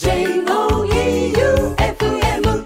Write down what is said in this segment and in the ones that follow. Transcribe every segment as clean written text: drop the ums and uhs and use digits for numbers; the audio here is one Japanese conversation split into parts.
J-O-E-U-F-M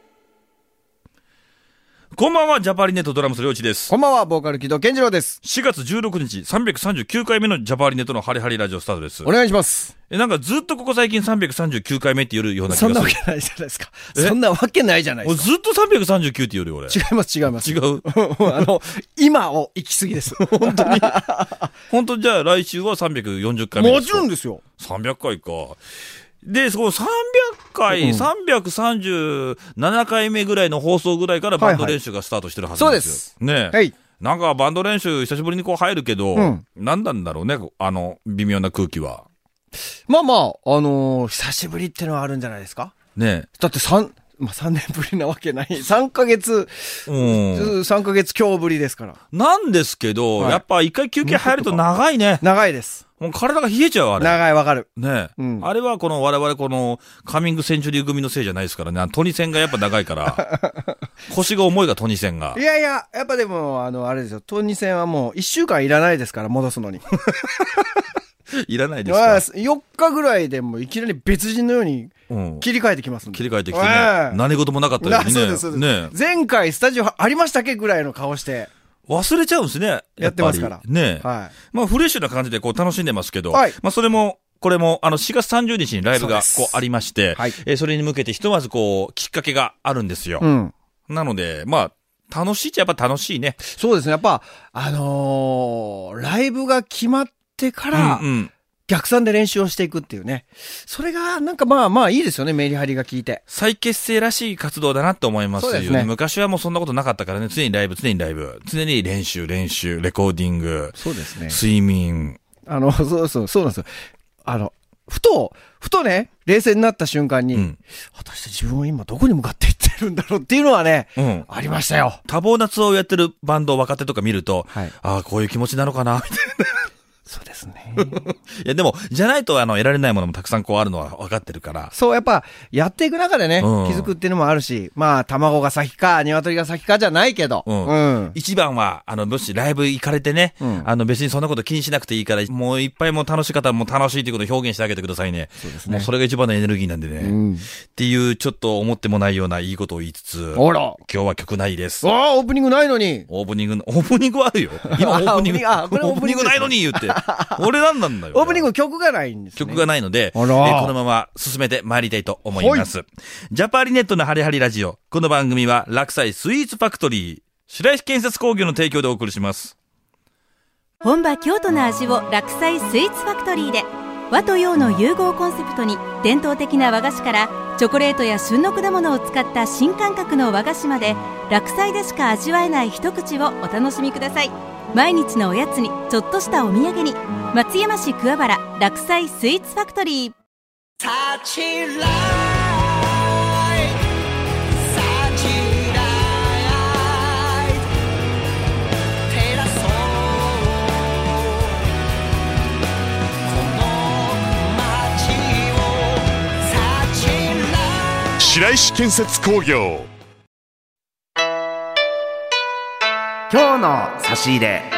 こんばんは、ジャパリネットドラムスりょうちです。 こんばんは、ボーカル木戸健次郎です。 4月16日、339回目のジャパリネットのハリハリラジオスタートです。 お願いします。 なんかずっとここ最近339回目って言うような気がする。 そんなわけないじゃないですか。そんなわけないじゃないですか。 ずっと339って言うよ、俺。 違います。違う今を行き過ぎです。 本当に本当じゃあ来週は340回目ですか。 もちろんですよ。 300回か。で、その300回、337回目ぐらいの放送ぐらいからバンド練習がスタートしてるはずなんですよ。 そうです。 ねえ。 はい。 なんかバンド練習久しぶりにこう入るけど、何なんだろうね、微妙な空気は。 まあまあ、久しぶりってのはあるんじゃないですか。 ねえ。 だって3年ぶりなわけない。3ヶ月強ぶりですから。 なんですけど、やっぱ一回休憩入ると長いね。 長いです。 もう体が冷えちゃう、あれ。 長い、わかる。 ねえ。あれは我々カミングセンチュリー組のせいじゃないですからね。トニセンがやっぱ長いから。腰が重いがトニセンが。 いや、やっぱでも、あれですよ。トニセンはもう1週間いらないですから、戻すのに。 いらないですか。 4日ぐらいでもいきなり別人のように切り替えてきますんで。 切り替えてきてね。何事もなかったようにね。 そうです。ね、前回スタジオありましたっけぐらいの顔して。 忘れちゃうんですね。 やってますから。 ね。 はい。 まあフレッシュな感じで楽しんでますけど。 はい。 まあそれも、これも、4月30日にライブがありまして、はい。それに向けてひとまずきっかけがあるんですよ。なので、まあ、楽しいっちゃやっぱ楽しいね。 そうですね。やっぱ、ライブが決まってから、逆算で練習をしていくっていうね。それが、なんかまあいいですよね、メリハリが効いて。 再結成らしい活動だなって思いますよね。 そうですね。 昔はもうそんなことなかったからね、常にライブ。常に練習、レコーディング。 そうですね。 睡眠。 そうなんですよ。ふとね、冷静になった瞬間に、果たして自分は今どこに向かっていってるんだろうっていうのはね、ありましたよ。 多忙なツアーをやってるバンド、若手とか見ると、こういう気持ちなのかな、みたいな。 そうですね。 いや、でも、じゃないと、得られないものもたくさんあるのは分かってるから。 そう、やっぱ、やっていく中でね、気づくっていうのもあるし、まあ、卵が先か、鶏が先かじゃないけど。 一番は、もしライブ行かれてね、別にそんなこと気にしなくていいから、もういっぱいもう楽し方も楽しいということを表現してあげてくださいね。そうですね。もうそれが一番のエネルギーなんでね。っていう、ちょっと思ってもないようないいことを言いつつ、今日は曲ないです。 オープニングないのに。 オープニングはあるよ。今オープニングないのに言って。俺なんなんだよ。 オープニング曲がないんですね。 曲がないので、このまま進めて参りたいと思います。ジャパリネットのハリハリラジオ。この番組は落栽スイーツファクトリー、白石建設工業の提供でお送りします。 本場京都の味を落栽スイーツファクトリーで、和と洋の融合コンセプトに伝統的な和菓子からチョコレートや旬の果物を使った新感覚の和菓子まで、落栽でしか味わえない一口をお楽しみください。毎日のおやつにちょっとしたお土産に、松山市桑原落栽スイーツファクトリー。 白石建設工業。 今日の差し入れ。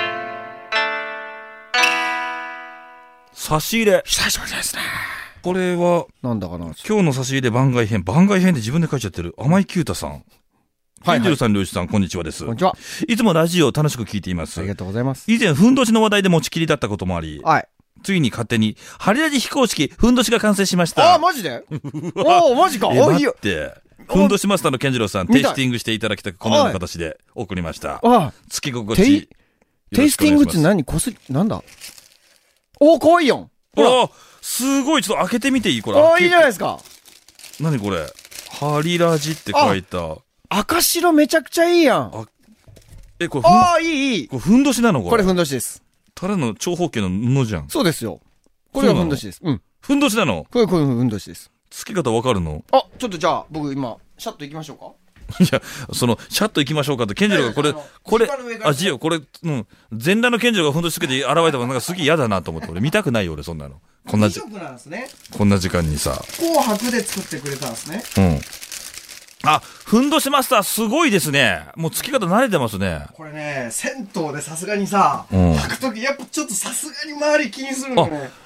差し入れ。 久しぶりですね。 これは、 なんだかな。 今日の差し入れ番外編。番外編で自分で書いちゃってる。甘井久太さん。ケンジルさん、漁師さん、こんにちはです。 こんにちは。 いつもラジオを楽しく聞いています。 ありがとうございます。 以前、ふんどしの話題で持ちきりだったこともあり、ついに勝手に、ハリラジ非公式、ふんどしが完成しました。 マジでマジか。 待って。ふんどしマスターのケンジロさん、テイスティングしていただきたく、このような形で送りました。付き心地。 テイスティングって何？なんだ？かわいいやん。 すごい、ちょっと開けてみていい？これ。 いいじゃないですか。 何これ？ハリラジって書いた。 赤白めちゃくちゃいいやん。 これいい。 これふんどしなの？ これふんどしです。 ただの長方形の布じゃん。 そうですよ。これはふんどしです。 ふんどしなの？ これふんどしです。 付け方わかるの？ ちょっとじゃあ、僕今、シャッと行きましょうか。 いや、シャッと行きましょうかって、ケンジロがこれ、これ、全裸のケンジロがふんどしつけて現れたのなんかすげえ嫌だなと思って、俺見たくないよ、俺そんなの。こんな時間にさ。 紅白で作ってくれたんですね。 ふんどしマスターすごいですね。もう付き方慣れてますね。 これね、銭湯でさすがにさ、履くとき、やっぱちょっとさすがに周り気にするのね。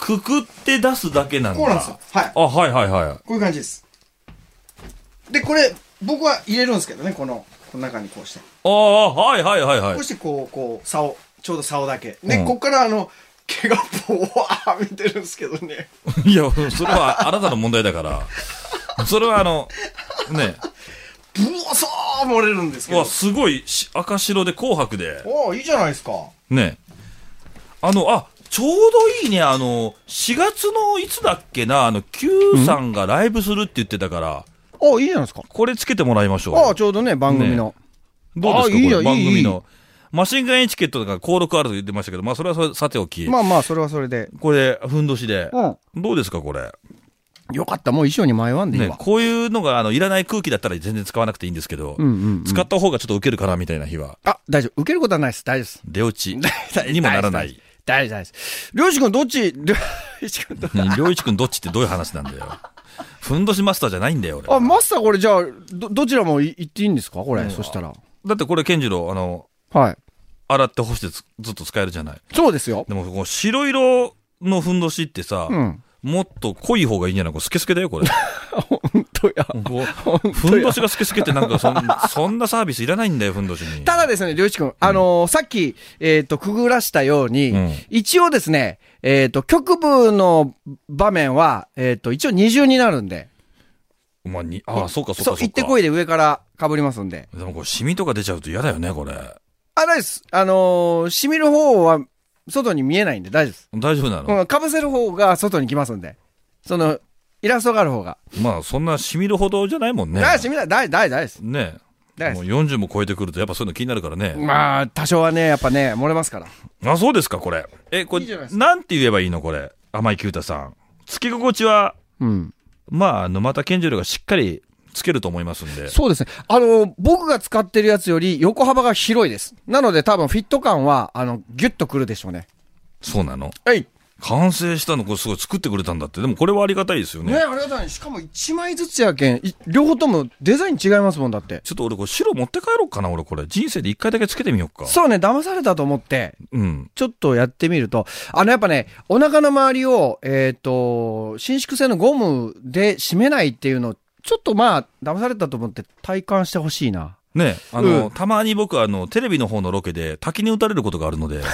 くくって出すだけなんだ。 こうなんですよ。はい。 あ、はいはいはい。 こういう感じです。で、これ、僕は入れるんですけどね、この中にこうして。 ああ、はいはいはいはい。 こうしてこう、竿、ちょうど竿だけ。で、こっから毛がぼわー見てるんですけどね。 いや、それはあなたの問題だから。それはね。 ブワサー漏れるんですけど。 すごい赤白で紅白で。 いいじゃないですか。 ね。ちょうどいいね。4月のいつだっけな、Q さんがライブするって言ってたから。 いいじゃないですか。 これつけてもらいましょう。 ちょうどね、番組の。 ね、どうですか、これ番組の。マシンガンエチケットとか登録あると言ってましたけど、まあそれはさておき。 まあまあ、それはそれで。これ、ふんどしで。どうですか、これ。 よかった、もう衣装に迷わんでいいわ。 ね、こういうのが、いらない空気だったら全然使わなくていいんですけど、使った方がちょっと受けるかな、みたいな日は。 大丈夫。受けることはないです。大丈夫です。 出落ちにもならない。 大丈夫です。りょういちくんどっちりょういちくんどっちってどういう話なんだよ。ふんどしマスターじゃないんだよ、俺。 マスターこれじゃあ、どちらも言っていいんですかこれ、そしたら。 だってこれ、健次郎、 はい。 洗って干してずっと使えるじゃない。 そうですよ。 でも、こう白色のふんどしってさ、もっと濃い方がいいんじゃない？スケスケだよ、これ。 本当や。 ふんどしがスケスケってなんかそんなサービスいらないんだよ、ふんどしに。 ただですね、りょういちくん、さっき、くぐらしたように、一応ですね、局部の場面は、一応二重になるんで。 まあ、そうか。 行ってこいで上から被りますんで。 でもこれ、シミとか出ちゃうと嫌だよね、これ。 ないです。シミる方は、外に見えないんで大丈夫です。 大丈夫なの？ 被せる方が外に来ますんで。イラストがある方が。 まあ、そんな染みるほどじゃないもんね。 染みない、大丈夫です。 ねえ。もう40も超えてくると、やっぱそういうの気になるからね。 まあ、多少はね、やっぱね、漏れますから。 そうですか、これ。これ、なんて言えばいいの、これ。甘井久太さん。付け心地は、まあ、沼田健次郎がしっかりつけると思いますんで。 そうですね。僕が使ってるやつより横幅が広いです。なので多分フィット感は、ギュッとくるでしょうね。 そうなの？ はい。 完成したのこれすごい作ってくれたんだって。でもこれはありがたいですよね。 ね、ありがたい。しかも1枚ずつやけん、両方ともデザイン違いますもんだって。 ちょっと俺これ白持って帰ろうかな、俺これ。人生で1回だけつけてみようか。 そうね、騙されたと思って、ちょっとやってみると、やっぱね、お腹の周りを、伸縮性のゴムで締めないっていうのを、ちょっとまあ、騙されたと思って体感してほしいな。 ね、たまに僕テレビの方のロケで滝に打たれることがあるので、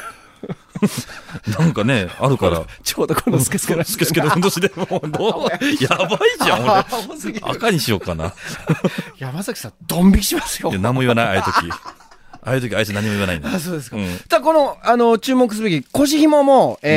なんかね、あるから。 ちょうどこのスケスケの。 スケスケのふんどしでもう、やばいじゃん、俺。赤にしようかな。 山崎さん、ドン引きしますよ。 何も言わない、ああいう時。あいつ何も言わないんだ。 そうですか。ただこの、注目すべき腰紐も、一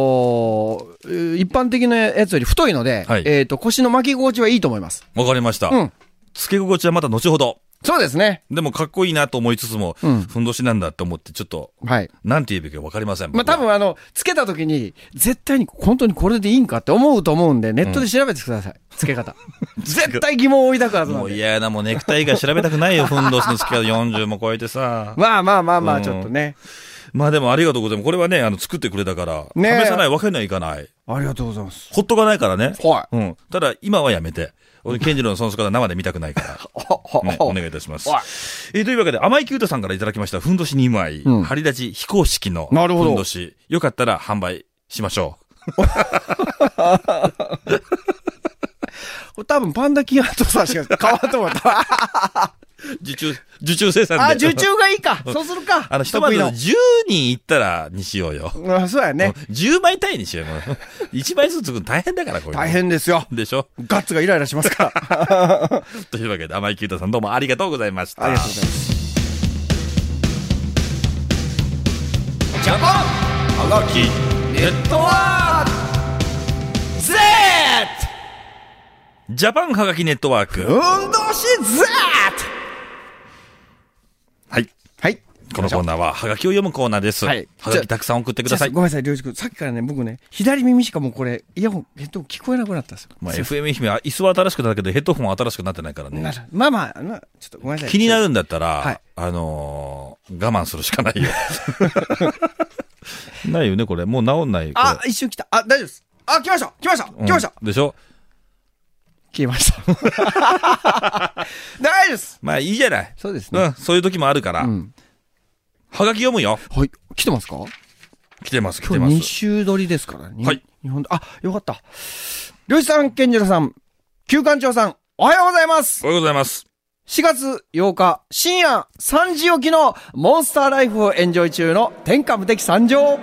般的なやつより太いので、腰の巻き心地はいいと思います。 わかりました。付け心地はまた後ほど。 そうですね。 でもかっこいいなと思いつつも、ふんどしなんだと思って、ちょっと、なんて言うべきかわかりません。 まあ、多分つけた時に、絶対に本当にこれでいいんかって思うと思うんで、ネットで調べてください。付け方。絶対疑問を抱くはずなんで。 もう嫌な、もうネクタイ以外調べたくないよ、ふんどしの付け方40も超えてさ。 まあ、ちょっとね。 まあでもありがとうございます。これはね、作ってくれたから、試さないわけにはいかない。 ありがとうございます。 ほっとかないからね。 はい。 ただ、今はやめて。俺、健次郎のその姿生で見たくないから。ね、お願いいたします。というわけで、甘井久太さんからいただきました、ふんどし2枚、張り立ち非公式のふんどし。よかったら販売しましょう。多分、パンダキーアートさんしか買わんと思った。 受注生産で。 受注がいいか。そうするか。 ひとまず10人行ったらにしようよ。 そうやね。 10枚単位にしようよ。1枚ずつ作るの大変だから、これ。 大変ですよ。 でしょ？ ガッツがイライラしますから。 というわけで、甘井久太さんどうもありがとうございました。 ありがとうございます。 ジャパンはがきネットワーク Z！ ジャパンはがきネットワーク。 ふんどし Z！はい。 このコーナーは、はがきを読むコーナーです。はい。はがきたくさん送ってください。 ごめんなさい、りょうじくん。さっきからね、僕ね、左耳しかもうこれ、イヤホン、ヘッドホン聞こえなくなったんですよ。 まあ、FM 愛媛は椅子は新しくなったけど、ヘッドホンは新しくなってないからね。 まあ、ちょっとごめんなさい。 気になるんだったら、我慢するしかないよ。ないよね、これ。もう治んない。 一瞬来た。大丈夫です。来ましたでしょ？ 消えました。大丈夫です。 まあいいじゃない。 そうですね。 そういう時もあるから。はがき読むよ。 はい。来てますか？ 来てます。 今日2週撮りですからね。 はい。 日本あ、よかった。漁師さん、健次郎さん、旧館長さん、おはようございます。 おはようございます。 4月8日、深夜3時起きのモンスターライフをエンジョイ中の天下無敵参上。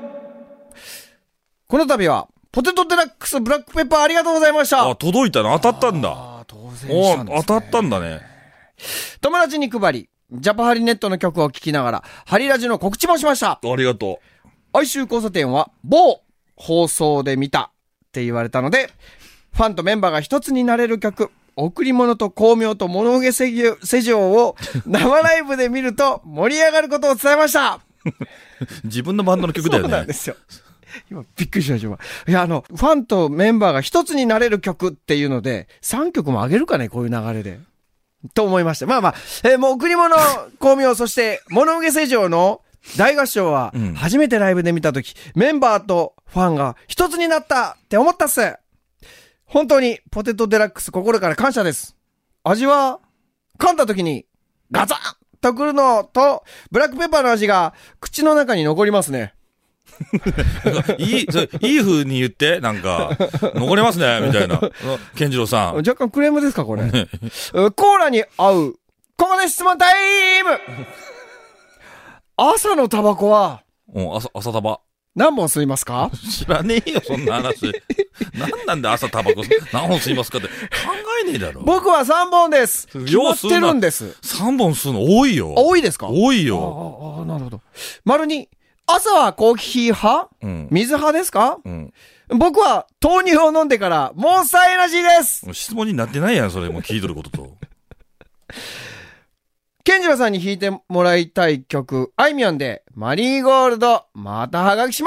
この度は、ポテトデラックスブラックペッパーありがとうございました。 あ、届いたの？当たったんだ。 あ、当選したんですね。 当たったんだね。 友達に配り、ジャパハリネットの曲を聴きながら、ハリラジの告知もしました。 ありがとう。哀愁交差点は、某放送で見たって言われたので、ファンとメンバーが一つになれる曲、贈り物と巧妙と物憂げ世情を生ライブで見ると盛り上がることを伝えました。 自分のバンドの曲だよね。 そうなんですよ。今びっくりしました。いや、ファンとメンバーが一つになれる曲っていうので、3曲もあげるかね、こういう流れで。と思いました。まあまあ、もう贈り物、巧妙、そして物憂げ世情の大合唱は、初めてライブで見たとき、メンバーとファンが一つになったって思ったっす。本当にポテトデラックス心から感謝です。味は、噛んだときにガツンとくるのと、ブラックペッパーの味が口の中に残りますね。 いい風に言って、なんか、残りますね、みたいな。健次郎さん。 若干クレームですか、これ。コーラに合う。ここで質問タイム朝のタバコは、 朝タバ。 何本吸いますか？ 知らねえよ、そんな話。何なんで朝タバコ何本吸いますかって考えねえだろ。 僕は3本です。決まってるんです。 3本吸うの多いよ。 多いですか？ 多いよ。 なるほど。丸に、朝はコーヒー派？水派ですか？僕は豆乳を飲んでからモンスターエナジーです。 質問になってないやん、それもう聞いとることと。 健次郎さんに弾いてもらいたい曲、あいみょんで、マリーゴールド、またはがきします。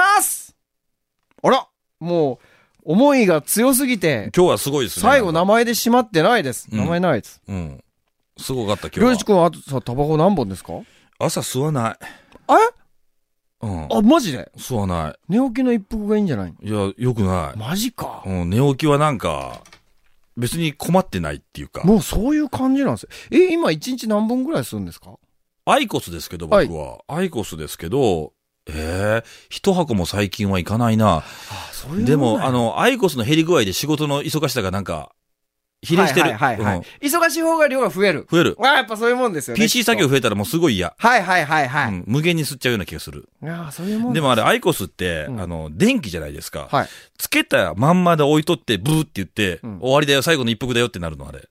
あら、もう、思いが強すぎて。 今日はすごいですね。 最後名前で締まってないです。名前ないです。 すごかった今日は。 りょうじくんは朝タバコ何本ですか？ 朝吸わない。 あ、マジで？ 吸わない。 寝起きの一服がいいんじゃない？ いや、よくない。 マジか。 寝起きはなんか、別に困ってないっていうか。 もうそういう感じなんですよ。今1日何本ぐらいするんですか？ アイコスですけど、僕は。アイコスですけど、一箱も最近はいかないな。 そういうでも、アイコスの減り具合で仕事の忙しさがなんか、比例してる。 忙しい方が量が増える。やっぱそういうもんですよね。 PC 作業増えたらもうすごい嫌。無限に吸っちゃうような気がする。 そういうもんでもあれ、アイコスって、電気じゃないですか。つけたまんまで置いとって、ブーって言って、終わりだよ、最後の一服だよってなるの、あれ。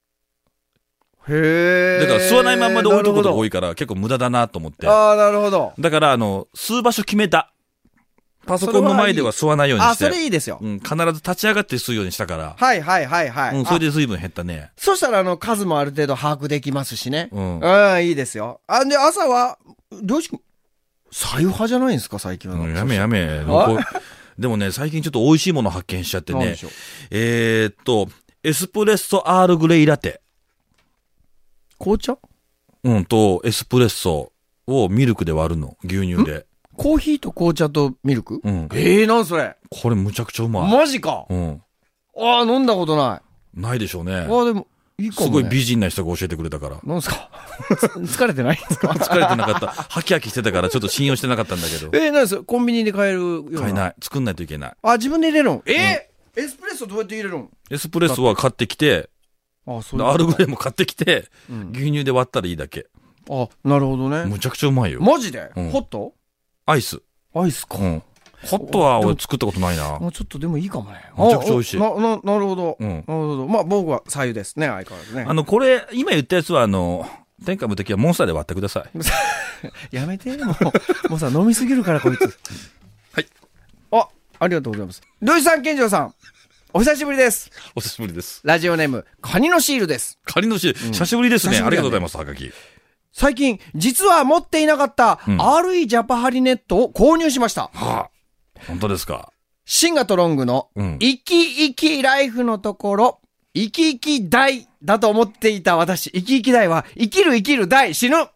だから吸わないまんまで置いとくことが多いから、結構無駄だなと思って。 なるほど。 だから、吸う場所決めた。パソコンの前では吸わないようにして。 それいいですよ。 必ず立ち上がって吸うようにしたから。それで随分減ったね。 そしたら数もある程度把握できますしね。いいですよ。で、朝は、りょうじくん、白湯派じゃないんですか、最近は。 やめ。でもね、最近ちょっと美味しいもの発見しちゃってね。エスプレッソアールグレイラテ。 紅茶？ と、エスプレッソをミルクで割るの。牛乳で。 コーヒーと紅茶とミルク？なんそれ？ これむちゃくちゃうまい。 マジか？飲んだことない。 ないでしょうね。 でも、いいかもね。 すごい美人な人が教えてくれたから。 なんすか？疲れてないんですか？ 疲れてなかった。ハキハキしてたからちょっと信用してなかったんだけど。 なんですコンビニで買えるような？ 買えない。作んないといけない。 自分で入れるの？エスプレッソどうやって入れるの？ エスプレッソは買ってきて、アールグレイも買ってきて、牛乳で割ったらいいだけ。 なるほどね。 むちゃくちゃうまいよ。 マジで？ホット？ アイスか。ホットは俺作ったことないな。 ちょっとでもいいかもね。 めちゃくちゃ美味しい。 なるほど。まあ僕は白湯ですね、相変わらずね。 これ、今言ったやつは天下無敵はモンスターで割ってください。やめて、もうさ、飲みすぎるからこいつ。 はい。 ありがとうございます。りょうじさん、健次郎さん。お久しぶりです。 お久しぶりです。 ラジオネーム、カニのシールです。 カニのシール、久しぶりですね。ありがとうございます、はがき。 最近、実は持っていなかった RE ジャパハリネットを購入しました。 本当ですか？ シンガとロングの、生き生きライフのところ、生き生き大だと思っていた私、生き生き大は、生きる生きる大、死ぬ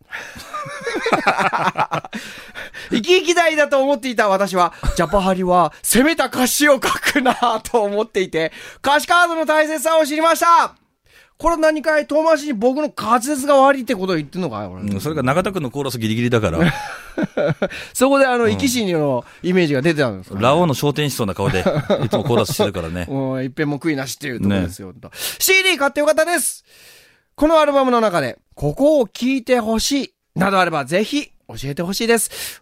生き生き大だと思っていた私は、ジャパハリは攻めた歌詞を書くなぁと思っていて、歌詞カードの大切さを知りました。 これ何かい遠回しに僕の滑舌が悪いってことを言ってんのかい俺、 それが長田君のコーラスギリギリだから。 そこで生き死にのイメージが出てたんですか、ね、 ラオウの昇天しそうな顔で、いつもコーラスしてるからね。 もう一遍も悔いなしっていうところですよ、ね。CD 買ってよかったです。このアルバムの中で、ここを聴いてほしい、などあればぜひ教えてほしいです。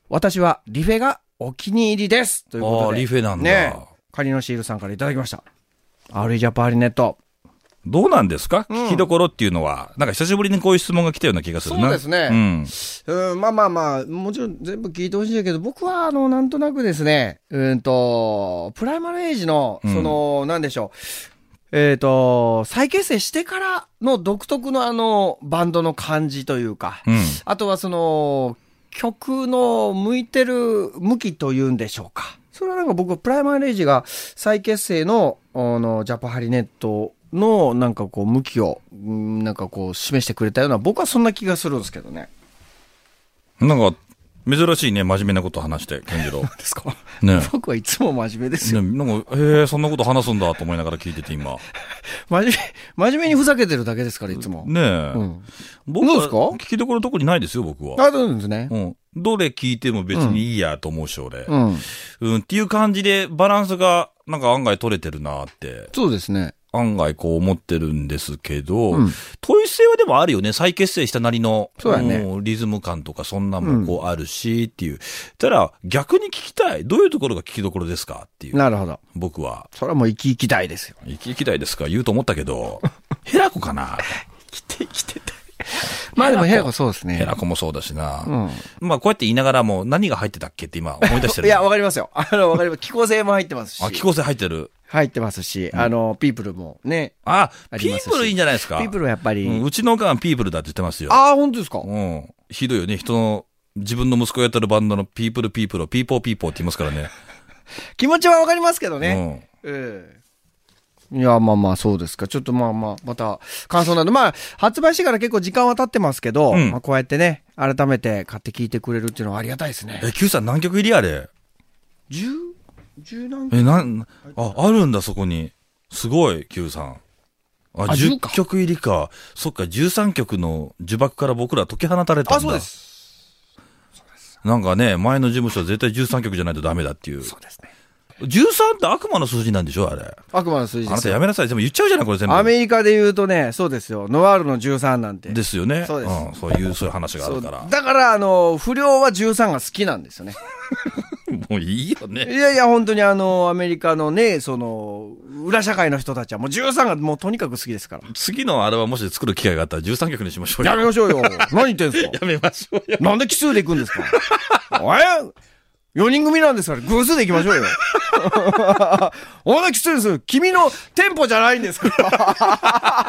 私はリフェがお気に入りです。ということで。 リフェなんだ。 ね。カニのシールさんからいただきました。REジャパンリネット。 どうなんですか、聞きどころっていうのは。なんか久しぶりにこういう質問が来たような気がするな。 そうですね。まあ、もちろん全部聞いてほしいんだけど、僕はなんとなくですね、プライマルエイジの、なんでしょう。再結成してからの独特のバンドの感じというか、あとは曲の向いてる向きというんでしょうか。それはなんか僕はプライマルエイジが再結成の、ジャパハリネットのなんかこう向きをなんかこう示してくれたような、僕はそんな気がするんですけどね。 なんか珍しいね、真面目なこと話して健次郎ですかね。 僕はいつも真面目ですよ、 ね、なんかそんなこと話すんだと思いながら聞いてて今真面目にふざけてるだけですからいつもねえ、僕はどうですか聞きどころ特にないですよ僕は。 そうですね。 どれ聞いても別にいいやと思うし俺、っていう感じでバランスがなんか案外取れてるなって。 そうですね。 案外こう思ってるんですけど、統一性はでもあるよね。再結成したなりの、リズム感とかそんなもこうあるしっていう。ただ逆に聞きたい。どういうところが聞きどころですかっていう。 なるほど。 僕は。 それはもう生きたいですよ。 生きたいですか言うと思ったけど、ヘラコかな生きてた。まあでもヘラコそうですね。 ヘラコもそうだしな。まあこうやって言いながらも何が入ってたっけって今思い出してる。 いや、わかりますよ。わかります。気候性も入ってますし。 気候性入ってる。 入ってますし、ピープルもね。 ピープルいいんじゃないですか。 ピープルはやっぱり。 うちのおかんピープルだって言ってますよ。 本当ですか。 ひどいよね。自分の息子がやってるバンドのピープルをピーポーって言いますからね。 気持ちはわかりますけどね。いや、まあそうですか。ちょっとまた感想など。発売してから結構時間は経ってますけど、こうやってね、改めて買って聴いてくれるっていうのはありがたいですね。 Q さん何曲入りあれ 10何曲あるんだそこに。すごい、Q さん。10曲入りか。そっか、13曲の呪縛から僕ら解き放たれたんだ。 そうです。 なんかね、前の事務所は絶対13曲じゃないとダメだっていう。 そうですね。 13って悪魔の数字なんでしょあれ。 悪魔の数字です。 あなたやめなさい。全部言っちゃうじゃないこれ全部。 アメリカで言うとね、そうですよ。ノワールの13なんて。 ですよね。 そうです。 そういう話があるから。 だから、不良は13が好きなんですよね。 もういいよね。 いや、本当にアメリカのね、裏社会の人たちはもう13がもうとにかく好きですから。 次のあれはもし作る機会があったら13曲にしましょうよ。 やめましょうよ。何言ってんすかやめましょうよ。 なんで奇数で行くんですか4人組なんですから偶数で行きましょうよ。おな奇数です。君のテンポじゃないんですから。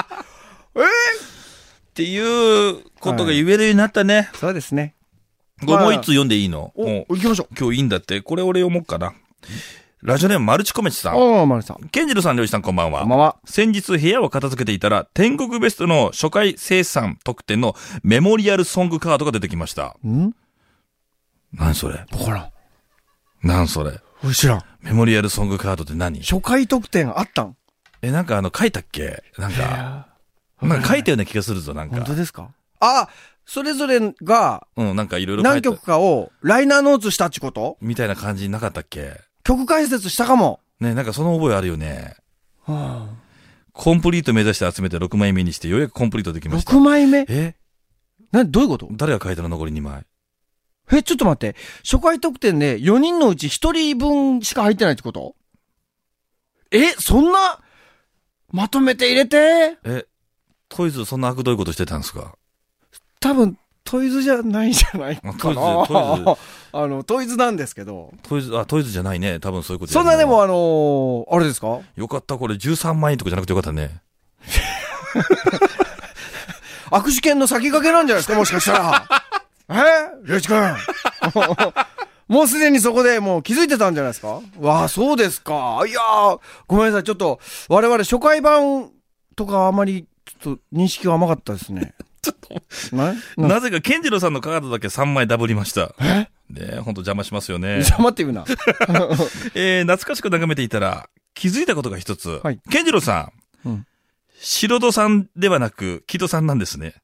っていうことが言えるようになったね。 そうですね。 もう一つ読んでいいの？ 行きましょう。 今日いいんだって。これ俺読もうかな。ラジオネームマルチコメチさん。 マルチさん。 ケンジルさん、漁師さんこんばんは。 こんばんは。 先日部屋を片付けていたら、天国ベストの初回生産特典のメモリアルソングカードが出てきました。何それ？ ほら。 何それ？ 知らん。 メモリアルソングカードって何？ 初回特典あったん？ なんか書いたっけ？なんか書いたような気がするぞ、なんか。 本当ですか？それぞれが、 なんかいろいろ何曲かをライナーノーツしたってこと？ みたいな感じなかったっけ？ 曲解説したかも。 ね、なんかその覚えあるよね。コンプリート目指して集めて6枚目にしてようやくコンプリートできました。 6枚目？どういうこと？ 誰が書いたの残り2枚。 ちょっと待って。初回特典で4人のうち1人分しか入ってないってこと？そんなまとめて入れて？ トイズそんな悪どいことしてたんですか？ 多分、トイズじゃないんじゃないかな。トイズなんですけど。 トイズじゃないね。多分そういうこと。 そんなでもあれですか？ よかった。これ13万円とかじゃなくてよかったね。 握手券の先駆けなんじゃないですかもしかしたら。りょうちくん。もうすでにそこでもう気づいてたんじゃないですか？わあ、そうですか。いやー、ごめんなさい。ちょっと、我々初回版とかあまり、ちょっと認識が甘かったですね。 ちょっと、なぜか健次郎さんのカードだけ3枚ダブりました。ほんと邪魔しますよね。 邪魔って言うな。 懐かしく眺めていたら、気づいたことが一つ。健次郎さん。 白戸さんではなく、木戸さんなんですね。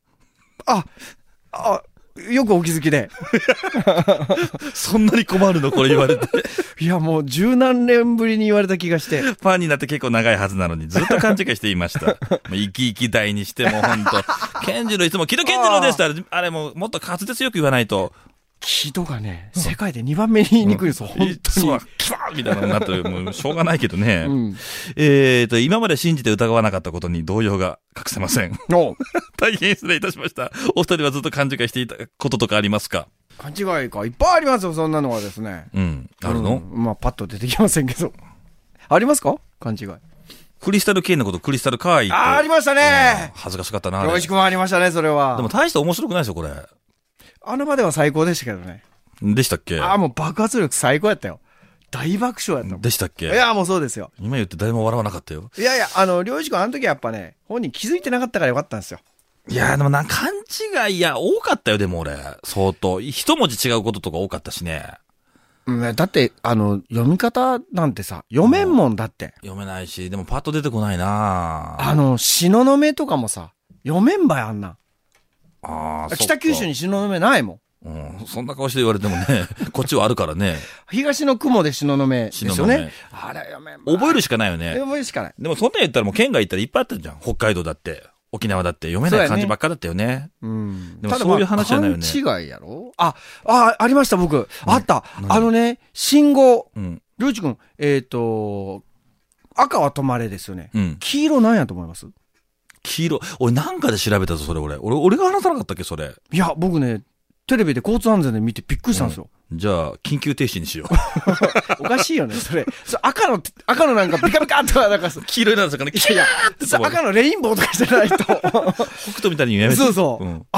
よくお気づきで。 そんなに困るのこれ言われて。 いや、もう十何年ぶりに言われた気がして。 ファンになって結構長いはずなのに、ずっと勘違いしていました。生き生き大にしてもほんと。健次郎いつも、木戸健次郎ですってあれももっと滑舌よく言わないと。 木戸がね、世界で2番目に言いにくいですよ、本当に。 そう、キャーみたいなのになってる。もうしょうがないけどね。今まで信じて疑わなかったことに動揺が隠せません。大変失礼いたしました。お二人はずっと勘違いしていたこととかありますか？ 勘違いか。いっぱいありますよ、そんなのはですね。 あるの？ まあ、パッと出てきませんけど。ありますか？勘違い。 クリスタル K のことクリスタルカーイって。 ありましたね。 恥ずかしかったな。 よしくもありましたね、それは。 でも大して面白くないですよ、これ。 あの場では最高でしたけどね。 でしたっけ？ もう爆発力最高やったよ。大爆笑やったもん。 でしたっけ？ いや、もうそうですよ。 今言って誰も笑わなかったよ。 いやいや、りょうじくんあの時はやっぱね、本人気づいてなかったからよかったんですよ。 いや、でも勘違い、多かったよ、でも俺。相当。一文字違うこととか多かったしね。 だって、読み方なんてさ、読めんもんだって。 読めないし、でもパッと出てこないな東雲とかもさ、読めんばい、あんな。北九州に東雲ないもん。 そんな顔して言われてもね、こっちはあるからね。 東の雲で東雲ですよね。あれ読めんばい。 覚えるしかないよね。 覚えるしかない。 でもそんな言ったらもう県外行ったらいっぱいあったじゃん。北海道だって。沖縄だって読めない漢字ばっかだったよね。でもそういう話じゃないよね。 勘違いやろ？ありました、僕。あった。信号。りょうちくん、赤は止まれですよね。黄色なんやと思います？ 黄色。俺なんかで調べたぞ、それ俺。俺が話さなかったっけ、それ。 いや、僕ね、テレビで交通安全で見てびっくりしたんですよ。 じゃあ、緊急停止にしよう。おかしいよね、それ。赤のなんかピカピカとか、なんか黄色いなんですかね、 いや、赤のレインボーとかしてないと。 北斗みたいに言うやめて。 そうそう。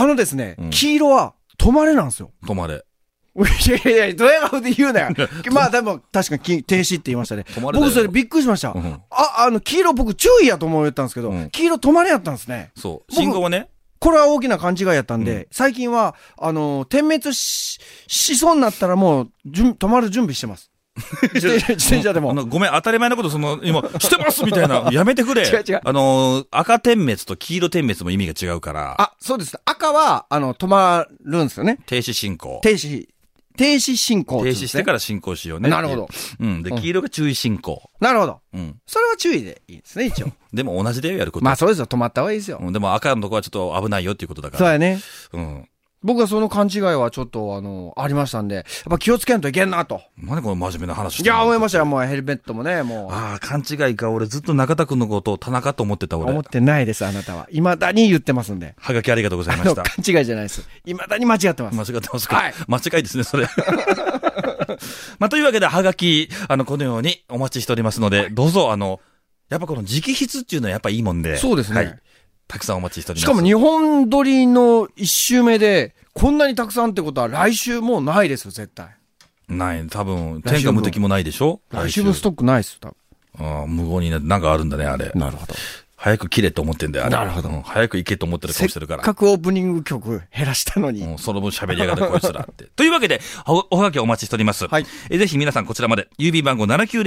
ですね、黄色は止まれなんですよ。 止まれ。 いや、ドヤ顔で言うなよ。まあ、でも、確かに停止って言いましたね。僕それびっくりしました。黄色僕注意やと思ったんですけど、黄色止まれやったんですね。 そう。信号はね。 これは大きな勘違いやったんで、最近は、点滅しそうになったらもう、止まる準備してます。自転車でも。 ごめん、当たり前のこと今、してますみたいな。やめてくれ。 違う。 赤点滅と黄色点滅も意味が違うから。 そうです。赤は、止まるんですよね。 停止進行。 停止進行、 停止してから進行しようね。 なるほど。 で、黄色が注意進行。 なるほど。それは注意でいいですね、一応。 でも同じだよ、やること。 まあそうですよ、止まった方がいいですよ。 でも赤のとこはちょっと危ないよっていうことだから。 そうやね。僕はその勘違いはちょっとありましたんで、やっぱ気をつけんといけんなと。 何この真面目な話してるの？いや、思いましたよ、もうヘルメットもね、もう。勘違いか。俺ずっと中田くんのことを田中と思ってた俺。 思ってないです、あなたは。未だに言ってますんで。 はがきありがとうございました。 勘違いじゃないです。未だに間違ってます。 間違ってますか？はい。間違いですね、それ。というわけで、はがき、このようにお待ちしておりますので、どうぞ、やっぱこの直筆っていうのはやっぱいいもんで。 そうですね。はい。 たくさんお待ちしております。 しかも日本撮りの1週目で、こんなにたくさんってことは来週もうないですよ、絶対。 ない。多分、天下無敵もないでしょ？ 来週分ストックないですよ、多分。無言になって、なんかあるんだね、あれ。 なるほど。 早く切れと思ってんだよ、あれ。 なるほど。 早く行けと思ってる顔してるから。 せっかくオープニング曲減らしたのに。 その分喋りやがるこいつらって。というわけで、おはがきお待ちしております。はい。ぜひ皆さんこちらまで、郵便番号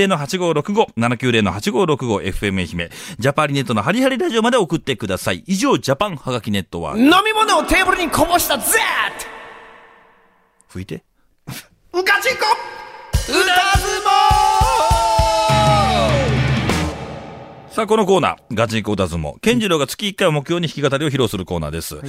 790-8565、FM 愛媛、ジャパリネットのハリハリラジオまで送ってください。以上、ジャパンはがきネットは。 飲み物をテーブルにこぼしたぜ拭いて。 うかちこ歌相撲さあ、このコーナー、ガチンコ歌相撲。健次郎が月1回を目標に弾き語りを披露するコーナーです。はい、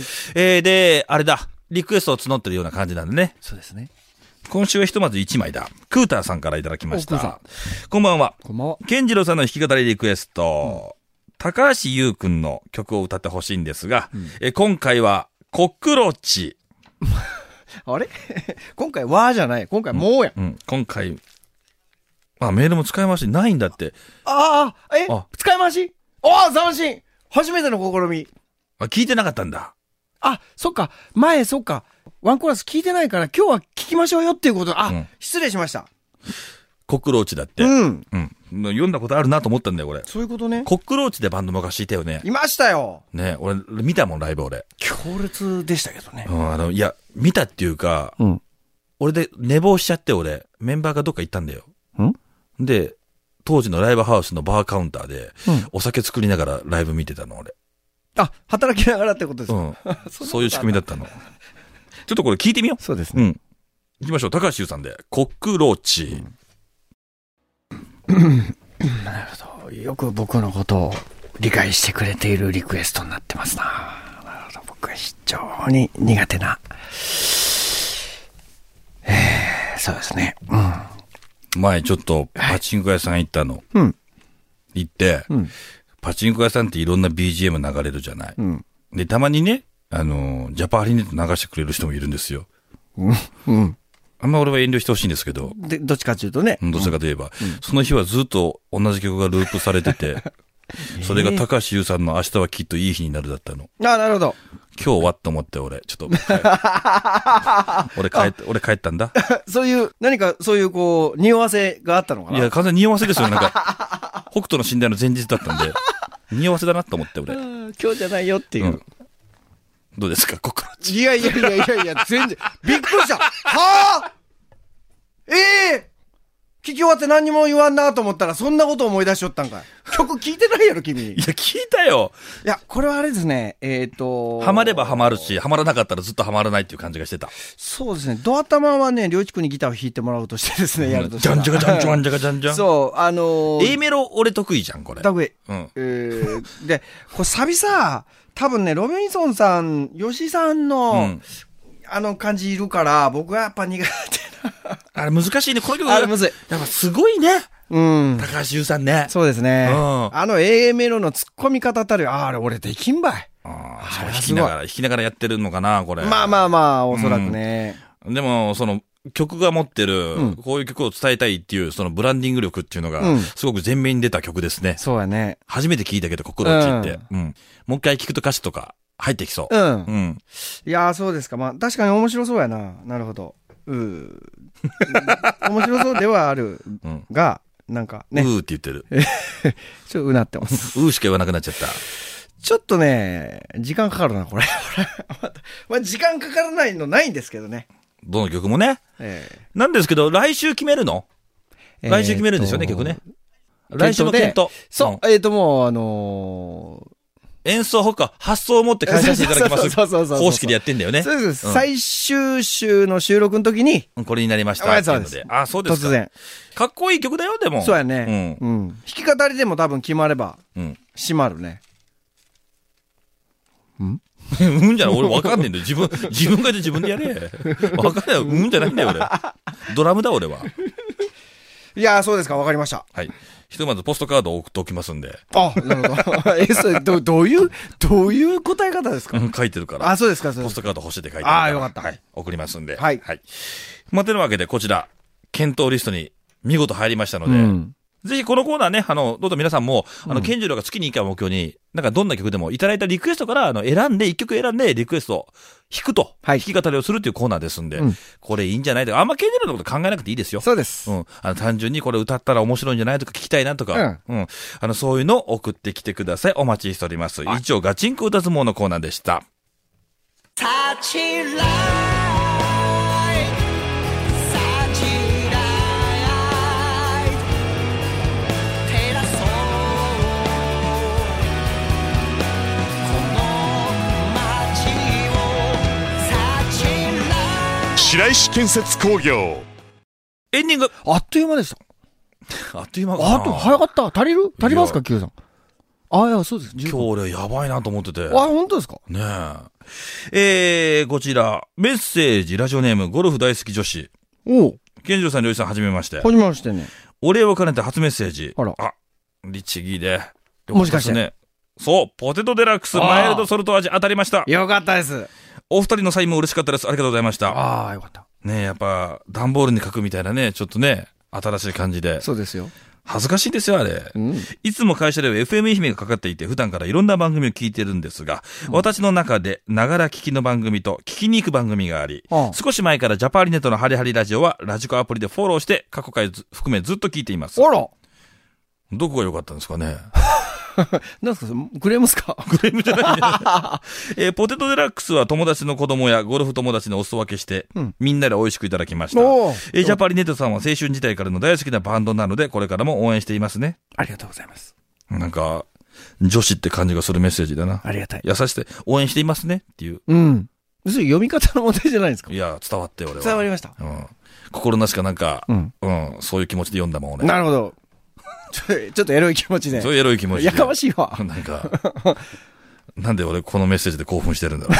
で、あれだ、リクエストを募ってるような感じなんでね。 そうですね。 今週はひとまず1枚だ。クーターさんからいただきました。こんばんは。 こんばんは。 健次郎さんの弾き語りリクエスト。高橋優くんの曲を歌ってほしいんですが、今回は、コックロッチ。 あれ今回はじゃない。今回もうや。 今回、メールも使い回しないんだって。 使い回し斬新初めての試み。 聞いてなかったんだ。 そっか。前、そっか。ワンコーラス聞いてないから、今日は聞きましょうよっていうこと。失礼しました。 コックローチだって。読んだことあるなと思ったんだよ、これ。 そういうことね。 コックローチでバンド昔いたよね。 いましたよ。 ね、俺、見たもん、ライブ俺。 強烈でしたけどね。 いや、見たっていうか、俺で寝坊しちゃって俺、メンバーがどっか行ったんだよ。で、 当時のライブハウスのバーカウンターで、お酒作りながらライブ見てたの、俺。 あ、働きながらってことですか？ そういう仕組みだったの。ちょっとこれ聞いてみよう。 そうですね。 行きましょう。高橋優さんで、コックローチ。 なるほど。よく僕のことを理解してくれているリクエストになってますな。なるほど。僕は非常に苦手な。そうですね。 前ちょっとパチンコ屋さん行ったの。行って、パチンコ屋さんっていろんな BGM 流れるじゃない。で、たまにね、ジャパーリネット流してくれる人もいるんですよ。あんま俺は遠慮してほしいんですけど。 で、どっちかというとね。 どちらかといえば、その日はずっと同じ曲がループされてて、それが高橋優さんの明日はきっといい日になるだったの。 あ、なるほど。 今日はと思って俺、ちょっと俺帰ったんだ。 そういう、何かそういうこう、匂わせがあったのかな？ いや、完全に匂わせですよ。なんか、北斗の寝台の前日だったんで、匂わせだなと思って俺。 今日じゃないよっていう。 どうですか、コックローチ。 いや、全然、びっくりした。はぁ聞き終わって何にも言わんなと思ったら、そんなこと思い出しよったんかい。曲聞いてないやろ、君。 いや、聞いたよ。 いや、これはあれですね、 ハマればハマるし、ハマらなかったらずっとハマらないっていう感じがしてた。 そうですね、ドア玉はね、りょうちくんにギターを弾いてもらうとしてですね、やるとしじたら。 ゃんじゃがじゃんじゃんじゃがじゃんじゃん。 そう、 A メロ俺得意じゃん、これ。 得意。で、これサビさ、多分ね、ロビンソンさん、吉さんの、感じいるから、僕はやっぱ苦手な。 あれ難しいね、この曲。 あれむずい。 やっぱすごいね。高橋優さんね。 そうですね。A メロの突っ込み方たる、あれ俺できんばい。 弾きながらやってるのかな、これ。 まあ、おそらくね。 でも、曲が持ってる、こういう曲を伝えたいっていう、そのブランディング力っていうのが、すごく前面に出た曲ですね。 そうやね。 初めて聞いたけど、コックローチって。もう一回聞くと歌詞とか入ってきそう。 いやー、そうですか。まあ、確かに面白そうやな。なるほど。面白そうではあるが、なんかね。 って言ってる。 ちょっとなってます。 しか言わなくなっちゃった。 ちょっとね、時間かかるな、これ。まあ、時間かからないのないんですけどね。 どの曲もね。なんですけど、来週決めるの？来週決めるんですよね、曲ね。来週の検討。 そう、もう、 演奏発想を持って開催していただきます。方式でやってんだよね。 そうです。最終週の収録の時に。 これになりましたっていうので。あ、そうですか。突然。かっこいい曲だよ、でも。 そうやね。弾き語りでも多分決まれば、閉まるね。 じゃない、俺わかんねえんだよ。自分が自分でやれ。わかんないよ。じゃないんだよ、俺。ドラムだ、俺は。 いやー、そうですか、わかりました。 はい。ひとまずポストカードを送っておきますんで。 あ、なるほど。それ、どういう答え方ですか？ 書いてるから。 あ、そうですか、 ポストカード欲しいって書いてるから。 あ、よかった。 はい。送りますんで。 はい。 まあ、てなわけで、こちら、検討リストに見事入りましたので、ぜひこのコーナーね、どうぞ皆さんも、健次郎が月に1回目標に、なんかどんな曲でもいただいたリクエストから、一曲選んでリクエストを弾くと、弾き語りをするっていうコーナーですんで、これいいんじゃないとか、あんま健次郎のこと考えなくていいですよ。 そうです。 単純にこれ歌ったら面白いんじゃないとか聞きたいなとか、そういうのを送ってきてください。お待ちしております。以上、ガチンコ歌相撲のコーナーでした。 白石建設工業エンディング。 あっという間でした。 あっという間かな。 早かった。足りますか、Q さん。あ、いや、そうです。 今日俺やばいなと思ってて。 あ、本当ですか？ ねえ。こちら、メッセージ、ラジオネーム、ゴルフ大好き女子。健次郎さん、りょうじさん、はじめまして。 はじめましてね。 お礼を兼ねて初メッセージ。 あ、 律儀で。 もしかしてね。 そう、ポテトデラックス、マイルドソルト味当たりました。 よかったです。 お二人のサインも嬉しかったです。ありがとうございました。 ああ、よかった。 ねえ、やっぱ、段ボールに書くみたいなね、ちょっとね、新しい感じで。 そうですよ。 恥ずかしいですよ、あれ。いつも会社では FM 愛媛がかかっていて、普段からいろんな番組を聞いてるんですが、私の中で、ながら聞きの番組と聞きに行く番組があり、少し前からジャパーリネットのハリハリラジオは、ラジコアプリでフォローして、過去回含めずっと聞いています。 あら！ どこが良かったんですかね。 なんですかクレームですか？ クレームじゃないね。ポテトデラックスは友達の子供やゴルフ友達にお裾分けして、みんなで美味しくいただきました。ジャパリネットさんは青春時代からの大好きなバンドなので、これからも応援していますね。 ありがとうございます。 なんか、女子って感じがするメッセージだな。 ありがたい。 優しくて、応援していますねっていう。 うん。読み方の問題じゃないですか？ いや、伝わって俺は。 伝わりました。 うん。心なしかなんか、そういう気持ちで読んだもん俺。 なるほど。ちょっとエロい気持ちで。 そういうエロい気持ちで。 やかましいわ。 なんか、なんで俺このメッセージで興奮してるんだ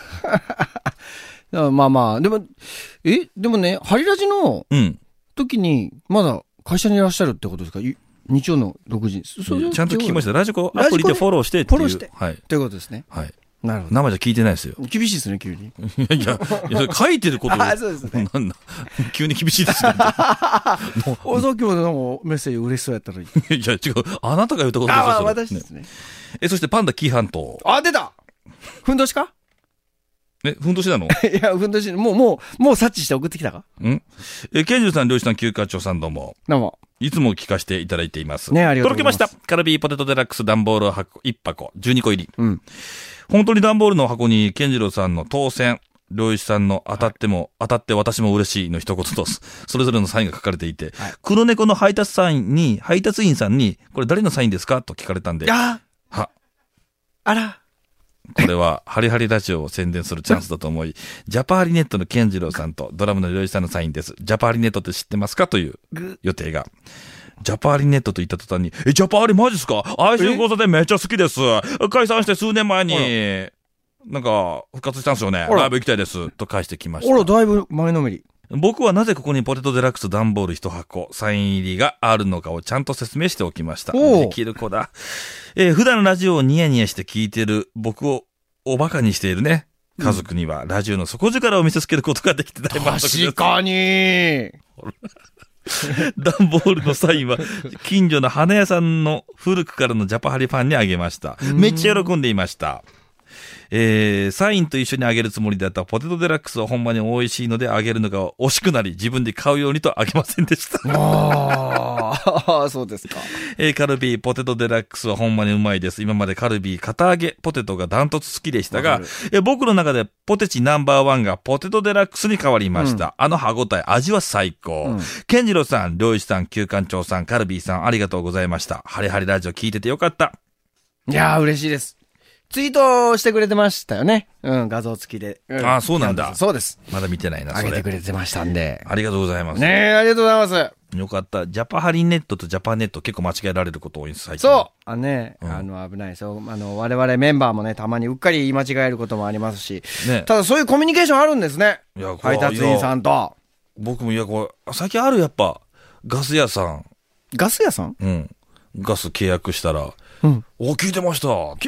ろう。 まあまあ、でもね、ハリラジの時に、まだ会社にいらっしゃるってことですか？日曜の6時。 ちゃんと聞きました。ラジコアプリでフォローしてっていう。 フォローして。 はい。 ということですね。 はい。 なるほど。 生じゃ聞いてないですよ。 厳しいですね、急に。 いや、書いてることあ、そうですね。 なんだ。急に厳しいですね。 さっきまでなんかメッセージ嬉しそうやったのに。 いや、違う。あなたが言ったことですよ。 あ、私ですね。 そしてパンダ紀伊半島。 あ、出た！ふんどしか？ ふんどしなの？ いや、ふんどし、もう察知して送ってきたか？ ケンジュさん、漁師さん、休暇長さんどうも。 どうも。 いつも聞かせていただいています。 ね、ありがとうございます。 届けました。カルビーポテトデラックス段ボール1箱、12個入り。 うん。 本当に段ボールの箱に、健次郎さんの当選、漁師さんの当たって私も嬉しいの一言と、それぞれのサインが書かれていて、はい、黒猫の配達員さんに、これ誰のサインですかと聞かれたんで、 あら。 これは、ハリハリラジオを宣伝するチャンスだと思い、ジャパーリネットの健次郎さんとドラムの漁師さんのサインです。ジャパーリネットって知ってますかという予定が。ジャパーリネットと言った途端に、ジャパーリマジっすか？愛心交差点めっちゃ好きです。解散して数年前に、なんか、復活したんですよね。ライブ行きたいです。と返してきました。 だいぶ前のめり。 僕はなぜここにポテトデラックス段ボール1箱、サイン入りがあるのかをちゃんと説明しておきました。できる子だ。普段ラジオをニヤニヤして聞いてる僕をおバカにしているね。家族にはラジオの底力を見せつけることができて大満足です。 確かに段ボールのサインは近所の花屋さんの古くからのジャパハリファンにあげました。めっちゃ喜んでいました。サインと一緒にあげるつもりだったポテトデラックスはほんまに美味しいのであげるのが惜しくなり自分で買うようにとあげませんでした。 ああ、そうですか。 カルビーポテトデラックスはほんまにうまいです。今までカルビー片揚げポテトがダントツ好きでしたが、僕の中でポテチナンバーワンがポテトデラックスに変わりました。あの歯ごたえ、味は最高。ケンジロウさん、漁師さん、旧館長さん、カルビーさん、ありがとうございました。ハリハリラジオ聞いててよかった。 いやー、嬉しいです。ツイートしてくれてましたよね。画像付きで。 ああ、そうなんだ。 そうです。 まだ見てないな、 それ。あげてくれてましたんで。 ありがとうございます。 ねえ、ありがとうございます。 よかった。ジャパハリネットとジャパネット結構間違えられること多いんです、最近。 そう。危ないですよ。我々メンバーもね、たまにうっかり言い間違えることもありますし。ね。ただそういうコミュニケーションあるんですね。 いや、 配達員さんと。 僕も、最近あるやっぱ、ガス屋さん。 ガス屋さん？ うん。ガス契約したら、聞いてましたって。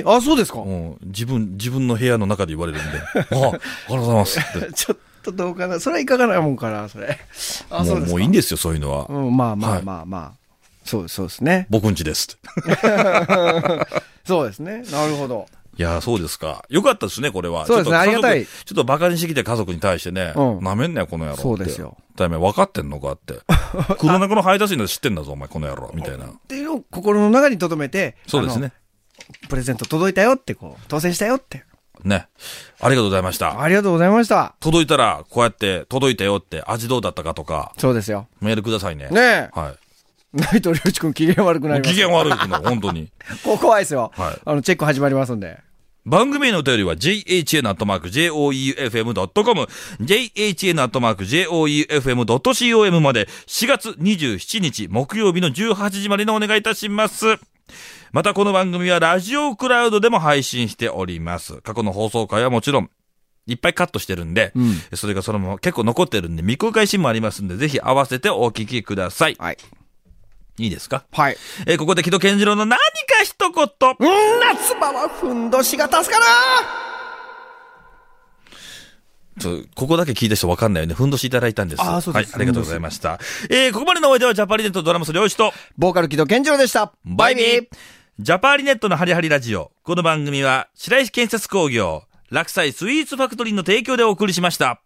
あ、そうですか？ 自分の部屋の中で言われるんで。ありがとうございますって。 ちょっとどうかな。それはいかがなもんかな、それ。 あ、そうですか。もういいんですよ、そういうのは。 まあ。そうですね。 僕んちですって。 そうですね。なるほど。 いや、そうですか。よかったですね、これは。 そうですね、ありがたい。 ちょっとバカにしてきて家族に対してね、なめんなよ、この野郎って。 そうですよ。 だめ、分かってんのかって。黒猫の配達員の知ってんだぞ、お前、この野郎、みたいな。 っていうのを心の中に留めて、 そうですね。 プレゼント届いたよって、当選したよって。 ね。ありがとうございました。 ありがとうございました。 届いたら、こうやって、届いたよって、味どうだったかとか。 そうですよ。 メールくださいね。 ねえ。 はい。 内藤良一君、機嫌悪くなります。 機嫌悪くなる、本当に。 怖いですよ。 はい。 チェック始まりますんで。 番組へのお便りは jhn@joeufm.com jhn@joeufm.com まで4月27日木曜日の18時までのお願いいたします。またこの番組はラジオクラウドでも配信しております。過去の放送回はもちろんいっぱいカットしてるんで、それがそのまま結構残ってるんで未公開シーンもありますんでぜひ合わせてお聞きください。 はい。 いいですか？ はい。 ここで木戸健次郎の何か一言。 夏場はふんどしが助かる。 ここだけ聞いた人分かんないよね。ふんどしいただいたんです。 あ、そうです。 はい、ありがとうございました。ここまでのお相手はジャパリネットドラムス漁師と、 ボーカル木戸健次郎でした。バイビー。 ジャパリネットのハリハリラジオ。この番組は白石建設工業、落栽スイーツファクトリーの提供でお送りしました。